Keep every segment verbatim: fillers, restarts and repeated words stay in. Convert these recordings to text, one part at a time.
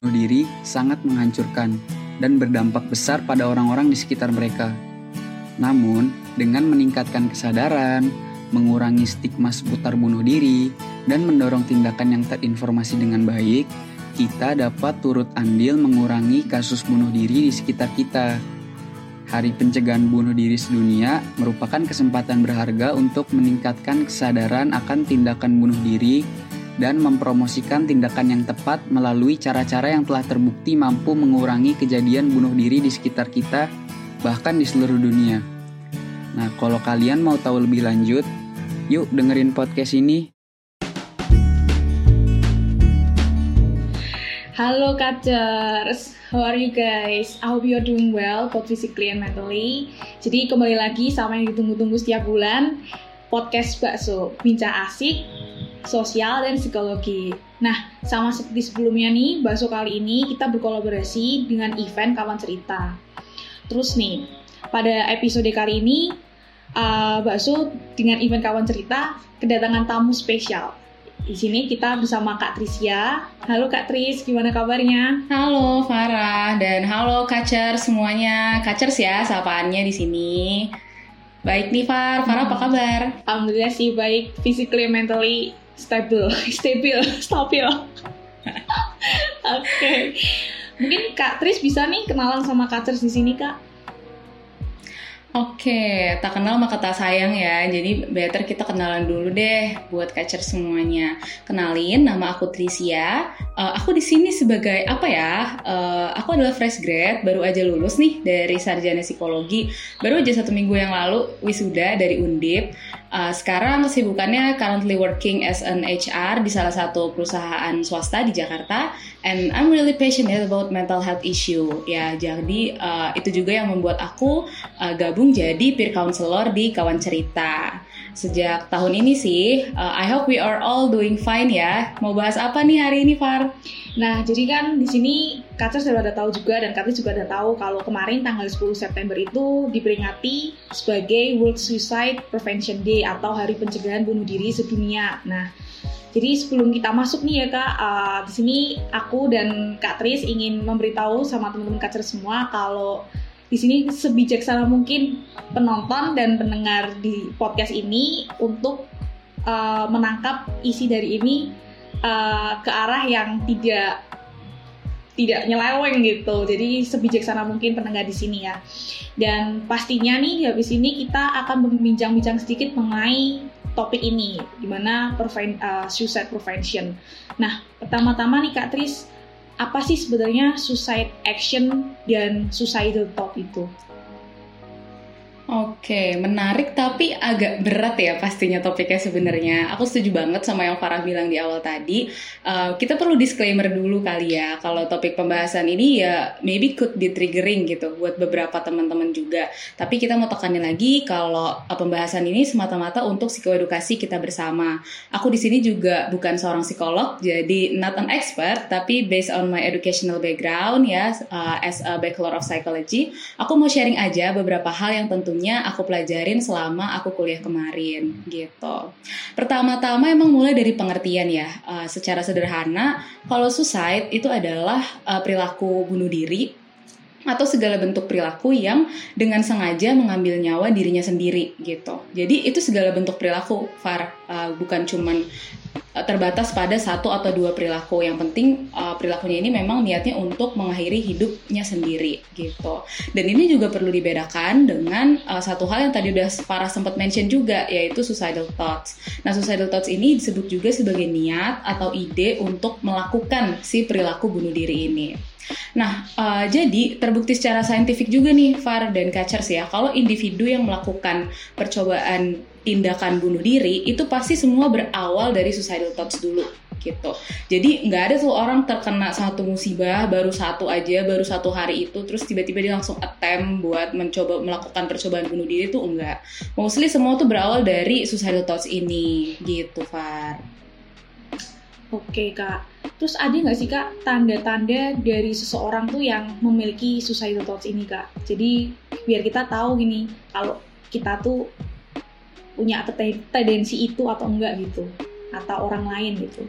diri sangat menghancurkan dan berdampak besar pada orang-orang di sekitar mereka. Namun, dengan meningkatkan kesadaran, mengurangi stigma seputar bunuh diri, dan mendorong tindakan yang terinformasi dengan baik, kita dapat turut andil mengurangi kasus bunuh diri di sekitar kita. Hari Pencegahan Bunuh Diri Sedunia merupakan kesempatan berharga untuk meningkatkan kesadaran akan tindakan bunuh diri dan mempromosikan tindakan yang tepat melalui cara-cara yang telah terbukti mampu mengurangi kejadian bunuh diri di sekitar kita, bahkan di seluruh dunia. Nah, kalau kalian mau tahu lebih lanjut, yuk dengerin podcast ini. Halo Kacers, how are you guys? I hope you're doing well, both physically and mentally. Jadi kembali lagi sama yang ditunggu-tunggu setiap bulan, podcast Bakso, bincang asik, sosial, dan psikologi. Nah, sama seperti sebelumnya nih, Bakso kali ini kita berkolaborasi dengan event Kawan Cerita. Terus nih, pada episode kali ini, uh, Bakso dengan event Kawan Cerita kedatangan tamu spesial. Di sini kita bersama Kak Trisya. Halo Kak Tris, gimana kabarnya? Halo Farah dan halo Kacer semuanya. Kacers ya sapaannya di sini. Baik nih Far, Farah apa kabar? Alhamdulillah sih baik, physically and mentally stable, stabil, stabil. Oke, okay. Mungkin Kak Tris bisa nih kenalan sama Kacers di sini Kak. Oke, tak kenal maka tak sayang ya. Jadi better kita kenalan dulu deh buat Kacer semuanya. Kenalin, nama aku Trisya. Uh, aku di sini sebagai apa ya? Uh, aku adalah fresh grad, baru aja lulus nih dari sarjana psikologi. Baru aja satu minggu yang lalu wisuda dari Undip. Uh, sekarang kesibukannya currently working as an H R di salah satu perusahaan swasta di Jakarta, and I'm really passionate about mental health issue. Ya, jadi uh, itu juga yang membuat aku uh, gabung jadi peer counselor di Kawan Cerita. Sejak tahun ini sih, uh, I hope we are all doing fine ya. Mau bahas apa nih hari ini, Far? Nah, jadi kan di sini Kacers sudah ada tahu juga dan Kacers juga ada tahu kalau kemarin tanggal sepuluh September itu diperingati sebagai World Suicide Prevention Day atau Hari Pencegahan Bunuh Diri Sedunia. Nah, jadi sebelum kita masuk nih ya Kak, uh, di sini aku dan Kak Tris ingin memberitahu sama teman-teman Kacers semua kalau di sini sebijaksana mungkin penonton dan pendengar di podcast ini untuk uh, menangkap isi dari ini uh, ke arah yang tidak tidak nyeleweng gitu. Jadi sebijaksana mungkin pendengar di sini ya. Dan pastinya nih habis ini kita akan berbincang-bincang sedikit mengenai topik ini, di mana preven- uh, suicide prevention. Nah, pertama-tama nih Kak Tris, apa sih sebenarnya suicide action dan suicidal thought itu? Oke, menarik tapi agak berat ya pastinya topiknya sebenarnya. Aku setuju banget sama yang Farah bilang di awal tadi. Uh, kita perlu disclaimer dulu kali ya, kalau topik pembahasan ini ya maybe could be triggering gitu buat beberapa teman-teman juga. Tapi kita mau tekanin lagi kalau uh, pembahasan ini semata-mata untuk psikoedukasi kita bersama. Aku di sini juga bukan seorang psikolog, jadi not an expert, tapi based on my educational background ya, uh, as a Bachelor of Psychology, aku mau sharing aja beberapa hal yang tentu aku pelajarin selama aku kuliah kemarin gitu. Pertama-tama emang mulai dari pengertian ya. Uh, secara sederhana, kalau suicide itu adalah uh, perilaku bunuh diri atau segala bentuk perilaku yang dengan sengaja mengambil nyawa dirinya sendiri gitu. Jadi itu segala bentuk perilaku, Far, uh, bukan cuman uh, terbatas pada satu atau dua perilaku. Yang penting uh, perilakunya ini memang niatnya untuk mengakhiri hidupnya sendiri gitu. Dan ini juga perlu dibedakan dengan uh, satu hal yang tadi udah Farah sempat mention juga, yaitu suicidal thoughts. Nah, suicidal thoughts ini disebut juga sebagai niat atau ide untuk melakukan si perilaku bunuh diri ini. Nah, uh, jadi terbukti secara saintifik juga nih Far dan Kacers ya, kalau individu yang melakukan percobaan tindakan bunuh diri itu pasti semua berawal dari suicidal thoughts dulu gitu. Jadi nggak ada tuh orang terkena satu musibah baru satu aja, baru satu hari itu terus tiba-tiba dia langsung attempt buat mencoba melakukan percobaan bunuh diri, itu enggak. Mostly semua tuh berawal dari suicidal thoughts ini gitu, Far. Oke Kak, terus ada nggak sih Kak tanda-tanda dari seseorang tuh yang memiliki suicidal thoughts ini Kak? Jadi biar kita tahu gini, kalau kita tuh punya tendensi itu atau enggak gitu, atau orang lain gitu.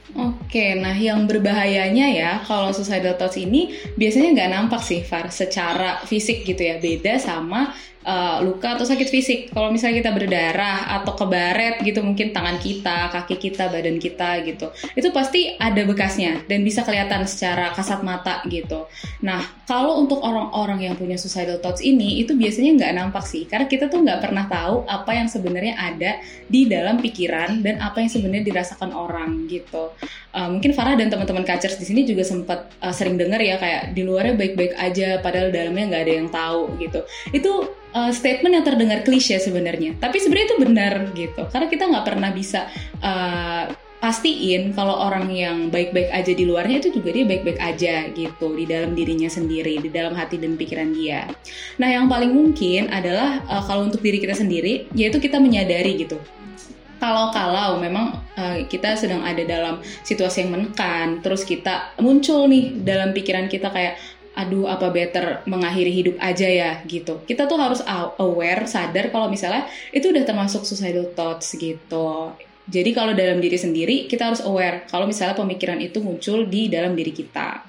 Oke, nah yang berbahayanya ya kalau suicidal thoughts ini biasanya nggak nampak sih, Far, secara fisik gitu ya. Beda sama uh, luka atau sakit fisik. Kalau misalnya kita berdarah atau kebaret gitu, mungkin tangan kita, kaki kita, badan kita gitu, itu pasti ada bekasnya dan bisa kelihatan secara kasat mata gitu. Nah, kalau untuk orang-orang yang punya suicidal thoughts ini, itu biasanya nggak nampak sih, karena kita tuh nggak pernah tahu apa yang sebenarnya ada di dalam pikiran dan apa yang sebenarnya dirasakan orang gitu. Uh, mungkin Farah dan teman-teman Kacers di sini juga sempat uh, sering dengar ya, kayak di luarnya baik-baik aja padahal dalamnya nggak ada yang tahu gitu. Itu uh, statement yang terdengar klise sebenarnya, tapi sebenarnya itu benar gitu, karena kita nggak pernah bisa uh, pastiin kalau orang yang baik-baik aja di luarnya itu juga dia baik-baik aja gitu di dalam dirinya sendiri, di dalam hati dan pikiran dia. Nah, yang paling mungkin adalah uh, kalau untuk diri kita sendiri, yaitu kita menyadari gitu. Kalau-kalau memang uh, kita sedang ada dalam situasi yang menekan, terus kita muncul nih dalam pikiran kita kayak, aduh apa better mengakhiri hidup aja ya gitu. Kita tuh harus aware, sadar kalau misalnya itu udah termasuk suicidal thoughts gitu. Jadi kalau dalam diri sendiri kita harus aware kalau misalnya pemikiran itu muncul di dalam diri kita.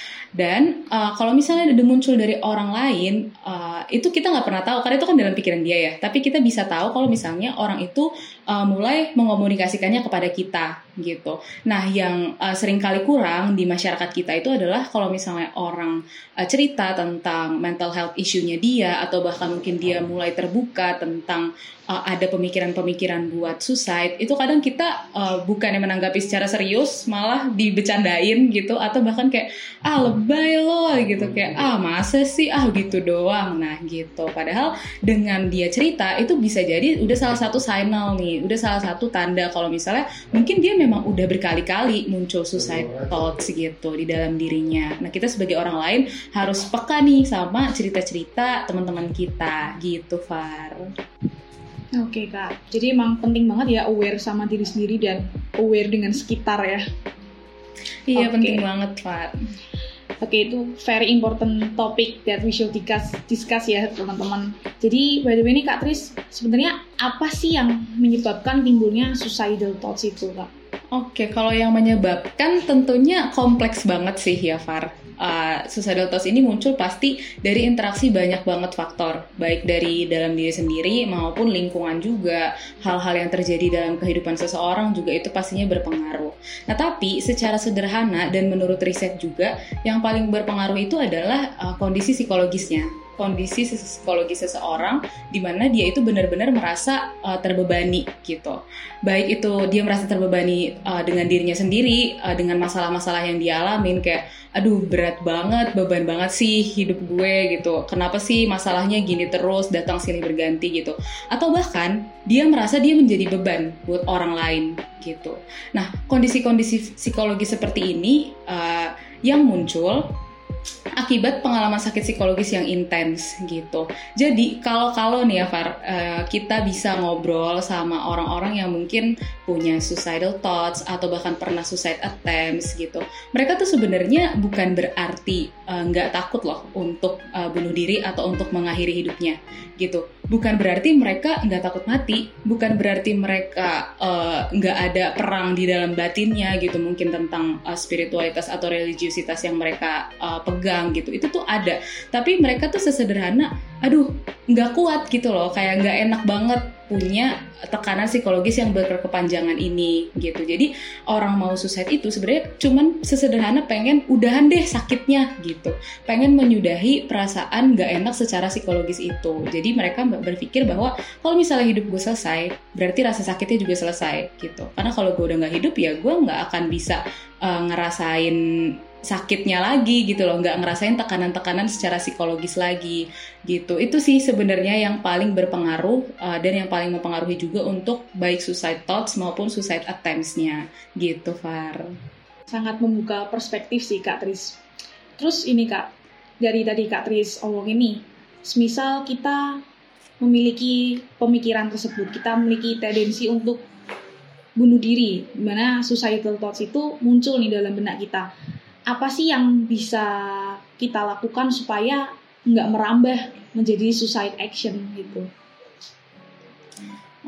Dan uh, kalau misalnya ada muncul dari orang lain, uh, itu kita nggak pernah tahu karena itu kan dalam pikiran dia ya. Tapi kita bisa tahu kalau misalnya orang itu uh, mulai mengomunikasikannya kepada kita gitu. Nah, yang uh, sering kali kurang di masyarakat kita itu adalah kalau misalnya orang uh, cerita tentang mental health issue-nya dia, atau bahkan mungkin dia mulai terbuka tentang uh, ada pemikiran-pemikiran buat suicide, itu kadang kita uh, bukannya menanggapi secara serius, malah dibecandain gitu, atau bahkan kayak ah lebay lo gitu, kayak ah masa sih ah gitu doang. Nah gitu, padahal dengan dia cerita itu bisa jadi udah salah satu signal nih, udah salah satu tanda kalau misalnya mungkin dia memang udah berkali-kali muncul suicide thoughts gitu di dalam dirinya. Nah, kita sebagai orang lain harus peka nih sama cerita-cerita teman-teman kita gitu, Far. Oke, Kak. Jadi emang penting banget ya aware sama diri sendiri dan aware dengan sekitar ya. Iya, okay. Penting banget, Far. Oke, okay, itu very important topic that we should discuss, discuss ya teman-teman. Jadi by the way ini Kak Tris, sebenarnya apa sih yang menyebabkan timbulnya suicidal thoughts itu, Kak? Oke, okay, kalau yang menyebabkan tentunya kompleks banget sih ya, Far. Uh, suicidal thoughts ini muncul pasti dari interaksi banyak banget faktor, baik dari dalam diri sendiri maupun lingkungan juga. Hal-hal yang terjadi dalam kehidupan seseorang juga itu pastinya berpengaruh. Nah, tapi secara sederhana dan menurut riset juga, yang paling berpengaruh itu adalah uh, kondisi psikologisnya. Kondisi psikologis seseorang di mana dia itu benar-benar merasa uh, terbebani gitu. Baik itu dia merasa terbebani uh, dengan dirinya sendiri, uh, dengan masalah-masalah yang dia alamin, kayak aduh berat banget, beban banget sih hidup gue gitu. Kenapa sih masalahnya gini terus, datang silih berganti gitu. Atau bahkan dia merasa dia menjadi beban buat orang lain gitu. Nah, kondisi-kondisi psikologis seperti ini uh, yang muncul akibat pengalaman sakit psikologis yang intens gitu. Jadi kalau-kalau nih ya Far, uh, kita bisa ngobrol sama orang-orang yang mungkin punya suicidal thoughts atau bahkan pernah suicide attempts gitu. Mereka tuh sebenarnya bukan berarti nggak uh, takut loh untuk uh, bunuh diri atau untuk mengakhiri hidupnya gitu. Bukan berarti mereka nggak takut mati, bukan berarti mereka nggak uh, ada perang di dalam batinnya gitu, mungkin tentang uh, spiritualitas atau religiusitas yang mereka uh, pegang gitu. Itu tuh ada, tapi mereka tuh sesederhana, aduh nggak kuat gitu loh, kayak nggak enak banget punya tekanan psikologis yang berkepanjangan ini gitu. Jadi orang mau suicide itu sebenarnya cuman sesederhana pengen udahan deh sakitnya gitu, pengen menyudahi perasaan nggak enak secara psikologis itu. Jadi mereka berpikir bahwa kalau misalnya hidup gue selesai, berarti rasa sakitnya juga selesai gitu. Karena kalau gue udah nggak hidup ya gue nggak akan bisa uh, ngerasain sakitnya lagi gitu loh, nggak ngerasain tekanan-tekanan secara psikologis lagi gitu. Itu sih sebenarnya yang paling berpengaruh uh, dan yang paling mempengaruhi juga untuk baik suicide thoughts maupun suicide attempts-nya gitu, Far. Sangat membuka perspektif sih Kak Tris. Terus ini Kak, dari tadi Kak Tris omong ini, semisal kita memiliki pemikiran tersebut, kita memiliki tendensi untuk bunuh diri, di mana suicidal thoughts itu muncul nih dalam benak kita. Apa sih yang bisa kita lakukan supaya nggak merambah menjadi suicide action gitu?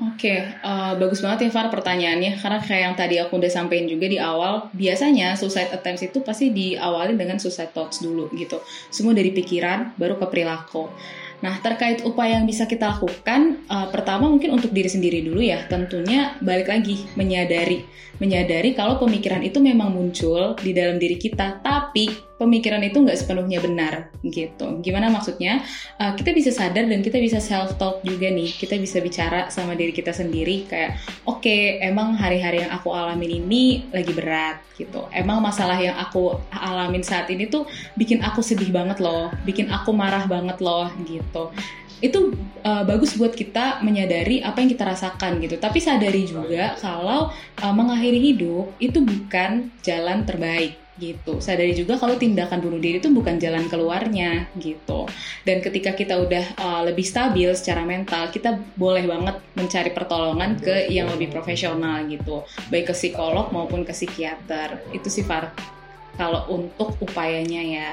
Oke, okay, uh, bagus banget ya Far pertanyaannya. Karena kayak yang tadi aku udah sampein juga di awal, biasanya suicide attempts itu pasti diawali dengan suicide thoughts dulu gitu. Semua dari pikiran, baru ke perilaku. Nah, terkait upaya yang bisa kita lakukan, uh, pertama mungkin untuk diri sendiri dulu ya. Tentunya balik lagi, menyadari. Menyadari kalau pemikiran itu memang muncul di dalam diri kita, tapi pemikiran itu nggak sepenuhnya benar gitu. Gimana maksudnya? Uh, kita bisa sadar dan kita bisa self-talk juga nih. Kita bisa bicara sama diri kita sendiri kayak, oke, okay, emang hari-hari yang aku alamin ini lagi berat gitu. Emang masalah yang aku alamin saat ini tuh bikin aku sedih banget loh, bikin aku marah banget loh gitu. Itu uh, bagus buat kita menyadari apa yang kita rasakan gitu. Tapi sadari juga kalau uh, mengakhiri hidup itu bukan jalan terbaik gitu. Sadari juga kalau tindakan bunuh diri itu bukan jalan keluarnya gitu. Dan ketika kita udah uh, lebih stabil secara mental, kita boleh banget mencari pertolongan ke yang lebih profesional gitu, baik ke psikolog maupun ke psikiater. Itu sih Far kalau untuk upayanya ya.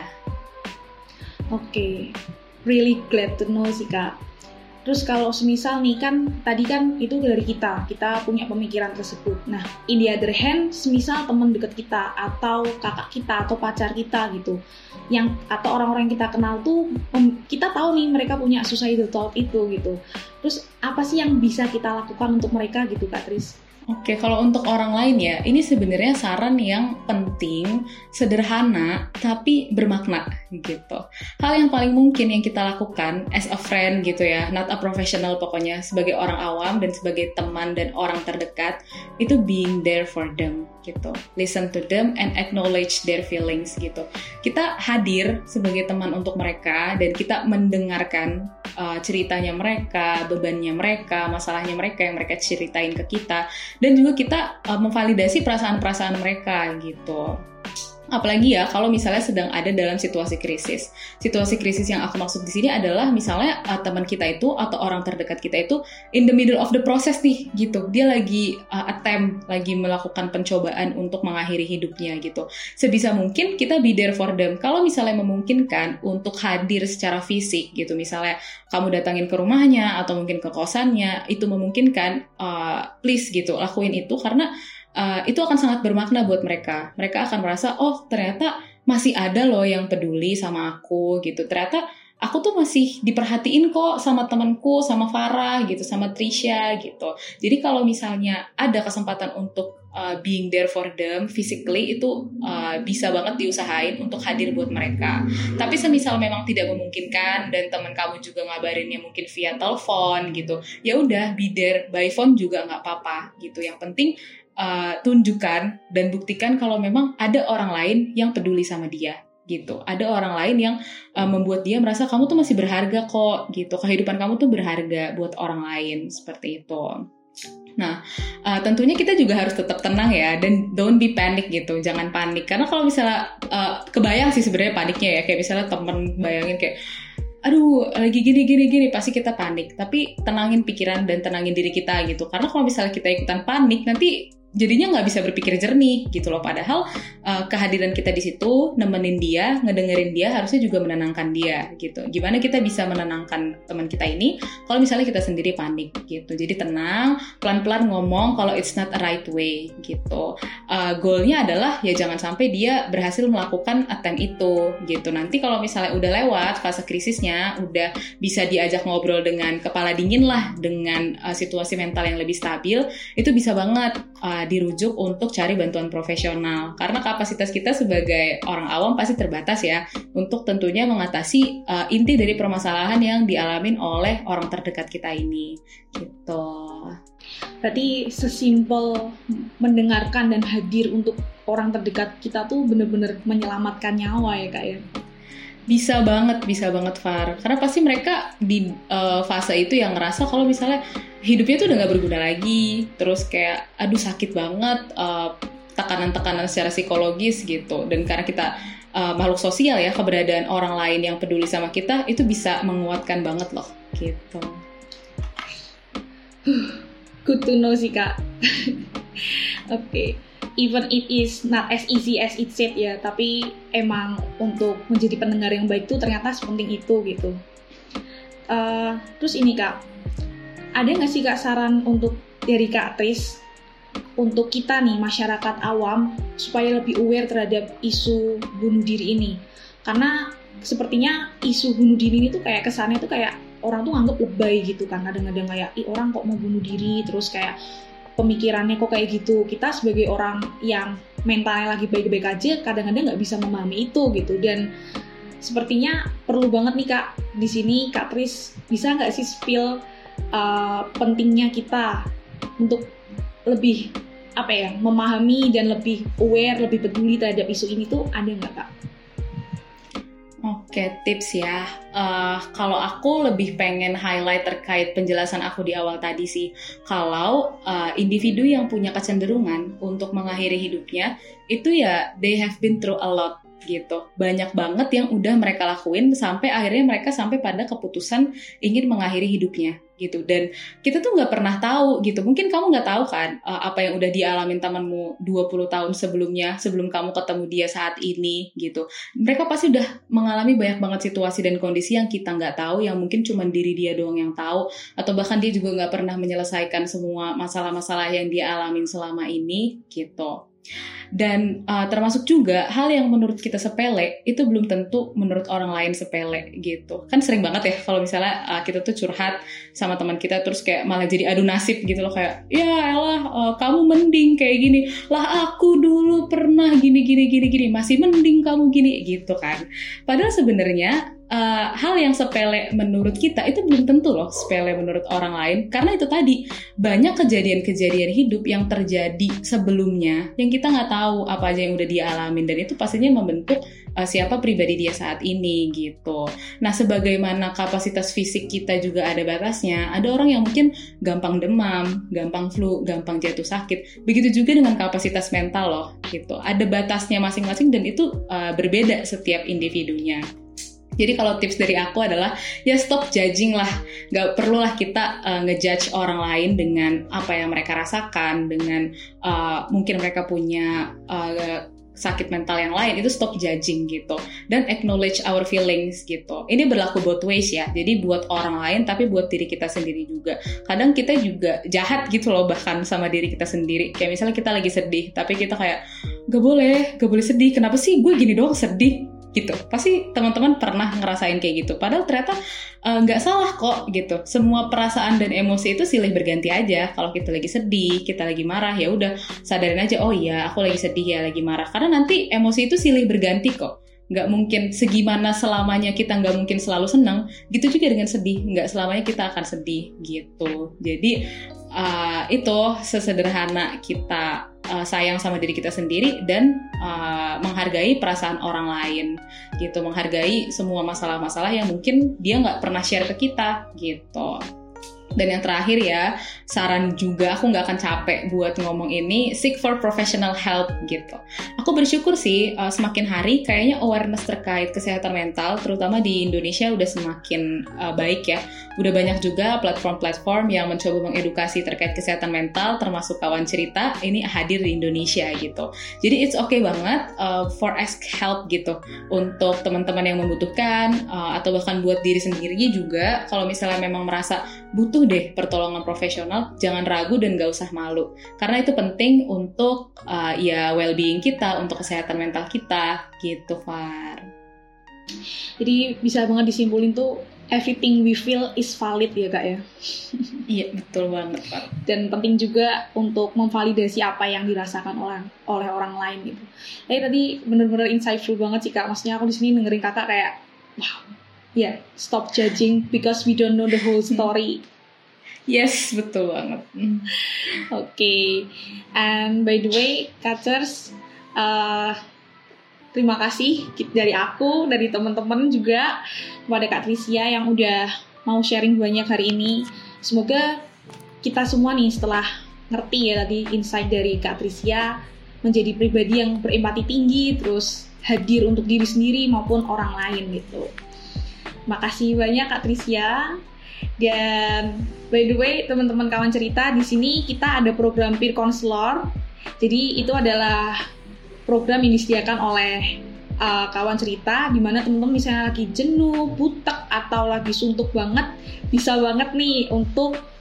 Oke, okay. Really glad to know sih Kak. Terus kalau semisal nih kan tadi kan itu dari kita, kita punya pemikiran tersebut. Nah, in the other hand, semisal teman dekat kita atau kakak kita atau pacar kita gitu, yang atau orang-orang yang kita kenal tuh kita tahu nih mereka punya suicidal thought itu gitu. Terus apa sih yang bisa kita lakukan untuk mereka gitu Kak Tris? Oke, kalau untuk orang lain ya, ini sebenarnya saran yang penting, sederhana, tapi bermakna gitu. Hal yang paling mungkin yang kita lakukan as a friend gitu ya, not a professional pokoknya, sebagai orang awam dan sebagai teman dan orang terdekat, itu being there for them gitu. Listen to them and acknowledge their feelings gitu. Kita hadir sebagai teman untuk mereka dan kita mendengarkan uh, ceritanya mereka, bebannya mereka, masalahnya mereka yang mereka ceritain ke kita. Dan juga kita uh, memvalidasi perasaan-perasaan mereka gitu. Apalagi ya kalau misalnya sedang ada dalam situasi krisis. Situasi krisis yang aku maksud di sini adalah misalnya uh, teman kita itu atau orang terdekat kita itu in the middle of the process nih gitu. Dia lagi uh, attempt, lagi melakukan pencobaan untuk mengakhiri hidupnya gitu. Sebisa mungkin kita be there for them. Kalau misalnya memungkinkan untuk hadir secara fisik gitu, misalnya kamu datangin ke rumahnya atau mungkin ke kosannya, itu memungkinkan, uh, please gitu lakuin itu karena Uh, itu akan sangat bermakna buat mereka. Mereka akan merasa, oh ternyata masih ada loh yang peduli sama aku gitu. Ternyata aku tuh masih diperhatiin kok sama temanku, sama Farah gitu, sama Trisha gitu. Jadi kalau misalnya ada kesempatan untuk uh, being there for them physically, itu uh, bisa banget diusahain untuk hadir buat mereka. Tapi semisal memang tidak memungkinkan dan teman kamu juga ngabarinnya mungkin via telepon gitu, ya udah be there by phone juga nggak apa-apa gitu. Yang penting Uh, tunjukkan dan buktikan kalau memang ada orang lain yang peduli sama dia gitu. Ada orang lain yang uh, membuat dia merasa kamu tuh masih berharga kok gitu. Kehidupan kamu tuh berharga buat orang lain seperti itu. Nah, uh, tentunya kita juga harus tetap tenang ya dan don't be panic gitu. Jangan panik karena kalau misalnya uh, kebayang sih sebenarnya paniknya ya, kayak misalnya temen bayangin kayak aduh lagi gini gini gini pasti kita panik. Tapi tenangin pikiran dan tenangin diri kita gitu. Karena kalau misalnya kita ikutan panik nanti jadinya nggak bisa berpikir jernih gitu loh. Padahal uh, kehadiran kita di situ nemenin dia, ngedengerin dia harusnya juga menenangkan dia gitu. Gimana kita bisa menenangkan teman kita ini kalau misalnya kita sendiri panik gitu. Jadi tenang, pelan-pelan ngomong kalau it's not a right way gitu. Uh, goalnya adalah ya jangan sampai dia berhasil melakukan attempt itu gitu. Nanti kalau misalnya udah lewat fase krisisnya, udah bisa diajak ngobrol dengan kepala dingin lah, dengan uh, situasi mental yang lebih stabil, itu bisa banget uh, dirujuk untuk cari bantuan profesional karena kapasitas kita sebagai orang awam pasti terbatas ya untuk tentunya mengatasi uh, inti dari permasalahan yang dialamin oleh orang terdekat kita ini gitu. Berarti sesimpel mendengarkan dan hadir untuk orang terdekat kita tuh benar-benar menyelamatkan nyawa ya Kak ya. Bisa banget, bisa banget Far. Karena pasti mereka di uh, fase itu yang ngerasa kalau misalnya hidupnya tuh udah gak berguna lagi. Terus kayak, aduh sakit banget, uh, tekanan-tekanan secara psikologis gitu. Dan karena kita uh, makhluk sosial ya, keberadaan orang lain yang peduli sama kita, itu bisa menguatkan banget loh, gitu. Good to know sih Kak. Oke. Okay. Even it is not as easy as it said ya, tapi emang untuk menjadi pendengar yang baik tuh ternyata sepenting itu gitu. Uh, terus ini Kak, ada nggak sih Kak saran untuk dari Kak Tris untuk kita nih masyarakat awam supaya lebih aware terhadap isu bunuh diri ini? Karena sepertinya isu bunuh diri ini tuh kayak kesannya tuh kayak orang tuh nganggep lebay gitu kan, kadang-kadang kayak ih orang kok mau bunuh diri, terus kayak pemikirannya kok kayak gitu. Kita sebagai orang yang mentalnya lagi baik-baik aja kadang-kadang nggak bisa memahami itu gitu. Dan sepertinya perlu banget nih Kak di sini Kak Tris bisa nggak sih spill uh, pentingnya kita untuk lebih apa ya memahami dan lebih aware, lebih peduli terhadap isu ini tuh ada nggak Kak? Oke, tips ya. Uh, kalau aku lebih pengen highlight terkait penjelasan aku di awal tadi sih. Kalau uh, individu yang punya kecenderungan untuk mengakhiri hidupnya, itu ya they have been through a lot gitu. Banyak banget yang udah mereka lakuin sampai akhirnya mereka sampai pada keputusan ingin mengakhiri hidupnya gitu. Dan kita tuh nggak pernah tahu gitu. Mungkin kamu nggak tahu kan uh, apa yang udah dialamin temanmu dua puluh tahun sebelumnya, sebelum kamu ketemu dia saat ini gitu. Mereka pasti udah mengalami banyak banget situasi dan kondisi yang kita nggak tahu, yang mungkin cuma diri dia doang yang tahu, atau bahkan dia juga nggak pernah menyelesaikan semua masalah-masalah yang dia alamin selama ini gitu. Dan uh, termasuk juga hal yang menurut kita sepele itu belum tentu menurut orang lain sepele gitu. Kan sering banget ya kalau misalnya uh, kita tuh curhat sama teman kita terus kayak malah jadi adu nasib gitu loh, kayak ya elah uh, kamu mending kayak gini, lah aku dulu pernah gini gini gini gini masih mending kamu gini gitu kan. Padahal sebenarnya Uh, hal yang sepele menurut kita itu belum tentu loh sepele menurut orang lain, karena itu tadi banyak kejadian-kejadian hidup yang terjadi sebelumnya yang kita nggak tahu apa aja yang udah dia alamin, dan itu pastinya membentuk uh, siapa pribadi dia saat ini gitu. Nah, sebagaimana kapasitas fisik kita juga ada batasnya, ada orang yang mungkin gampang demam, gampang flu, gampang jatuh sakit, begitu juga dengan kapasitas mental loh gitu. Ada batasnya masing-masing dan itu uh, berbeda setiap individunya. Jadi kalau tips dari aku adalah ya stop judging lah, gak perlulah kita uh, ngejudge orang lain dengan apa yang mereka rasakan, dengan uh, mungkin mereka punya uh, sakit mental yang lain, itu stop judging gitu, dan acknowledge our feelings gitu. Ini berlaku both ways ya, jadi buat orang lain tapi buat diri kita sendiri juga. Kadang kita juga jahat gitu loh bahkan sama diri kita sendiri, kayak misalnya kita lagi sedih tapi kita kayak gak boleh, gak boleh sedih, kenapa sih gue gini doang sedih gitu. Pasti teman-teman pernah ngerasain kayak gitu, padahal ternyata nggak uh, salah kok gitu. Semua perasaan dan emosi itu silih berganti aja. Kalau kita lagi sedih, kita lagi marah, ya udah sadarin aja, oh iya aku lagi sedih ya, lagi marah, karena nanti emosi itu silih berganti kok. Nggak mungkin segimana selamanya kita nggak mungkin selalu senang, gitu juga dengan sedih, nggak selamanya kita akan sedih gitu. Jadi uh, itu sesederhana kita uh, sayang sama diri kita sendiri dan uh, menghargai perasaan orang lain gitu, menghargai semua masalah-masalah yang mungkin dia nggak pernah share ke kita gitu. Dan yang terakhir ya, saran juga, aku nggak akan capek buat ngomong ini, seek for professional help gitu. Aku bersyukur sih, uh, semakin hari kayaknya awareness terkait kesehatan mental, terutama di Indonesia udah semakin uh, baik ya. Udah banyak juga platform-platform yang mencoba mengedukasi terkait kesehatan mental, termasuk Kawan Cerita, ini hadir di Indonesia gitu. Jadi it's okay banget uh, for ask help gitu, untuk teman-teman yang membutuhkan, uh, atau bahkan buat diri sendiri juga, kalau misalnya memang merasa butuh deh pertolongan profesional, jangan ragu dan gak usah malu, karena itu penting untuk uh, ya well-being kita, untuk kesehatan mental kita gitu, Far. Jadi bisa banget disimpulin tuh everything we feel is valid ya Kak ya. Iya betul banget Far. Dan penting juga untuk memvalidasi apa yang dirasakan oleh oleh orang lain gitu. Eh tadi benar-benar insightful banget sih Kak. Maksudnya aku di sini dengerin Kakak kayak wow. Ya, yeah, stop judging because we don't know the whole story. Yes, betul banget. Mm. Oke, okay. And by the way, Kacers, uh, terima kasih dari aku, dari teman-teman juga kepada Kak Trisia yang udah mau sharing banyak hari ini. Semoga kita semua nih setelah ngerti ya tadi insight dari Kak Trisia, menjadi pribadi yang berempati tinggi, terus hadir untuk diri sendiri maupun orang lain gitu. Makasih banyak Kak Trisia. Dan by the way teman-teman Kawan Cerita, di sini kita ada program peer counselor. Jadi itu adalah program yang disediakan oleh uh, Kawan Cerita, di mana teman-teman misalnya lagi jenuh, butek atau lagi suntuk banget, bisa banget nih untuk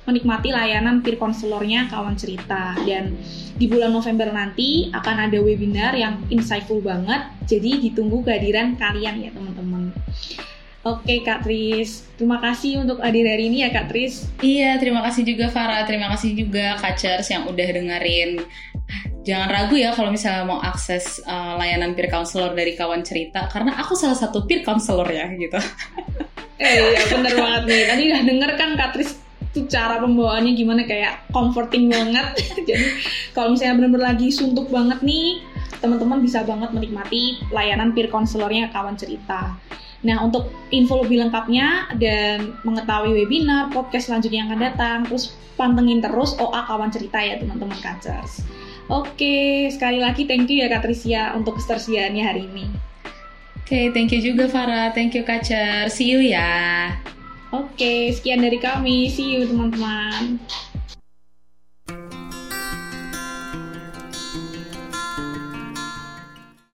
menikmati layanan peer counselor-nya Kawan Cerita. Dan di bulan November nanti akan ada webinar yang insightful banget, jadi ditunggu kehadiran kalian ya teman-teman. Oke Kak Tris, terima kasih untuk hadir hari ini ya Kak Tris. Iya, terima kasih juga Farah, terima kasih juga Kacers yang udah dengerin. Jangan ragu ya kalau misalnya mau akses uh, layanan peer counselor dari Kawan Cerita, karena aku salah satu peer counselor ya gitu. Eh iya bener banget nih, tadi udah denger kan Kak Tris tuh cara pembawaannya gimana, kayak comforting banget. Jadi kalau misalnya bener-bener lagi suntuk banget nih, teman-teman bisa banget menikmati layanan peer counselor-nya Kawan Cerita. Nah, untuk info lebih lengkapnya dan mengetahui webinar, podcast selanjutnya yang akan datang, terus pantengin terus O A Kawan Cerita ya teman-teman Kacers. Oke, sekali lagi thank you ya Kak Trisia untuk ketersediaannya hari ini. Oke, thank you juga Farah, thank you Kacers, see you ya. Oke, sekian dari kami, see you teman-teman.